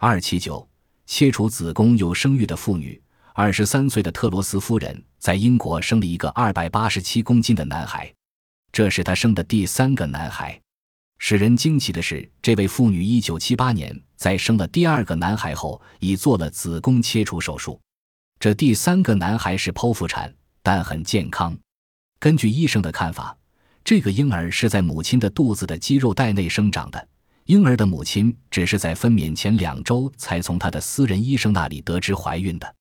279切除子宫又生育的妇女。23岁的特罗斯夫人在英国生了一个287公斤的男孩，这是她生的第3个男孩。使人惊奇的是，这位妇女1978年在生了第2个男孩后，已做了子宫切除手术。这第3个男孩是剖腹产，但很健康。根据医生的看法，这个婴儿是在母亲的肚子的肌肉带内生长的。婴儿的母亲只是在分娩前2周才从她的私人医生那里得知怀孕的。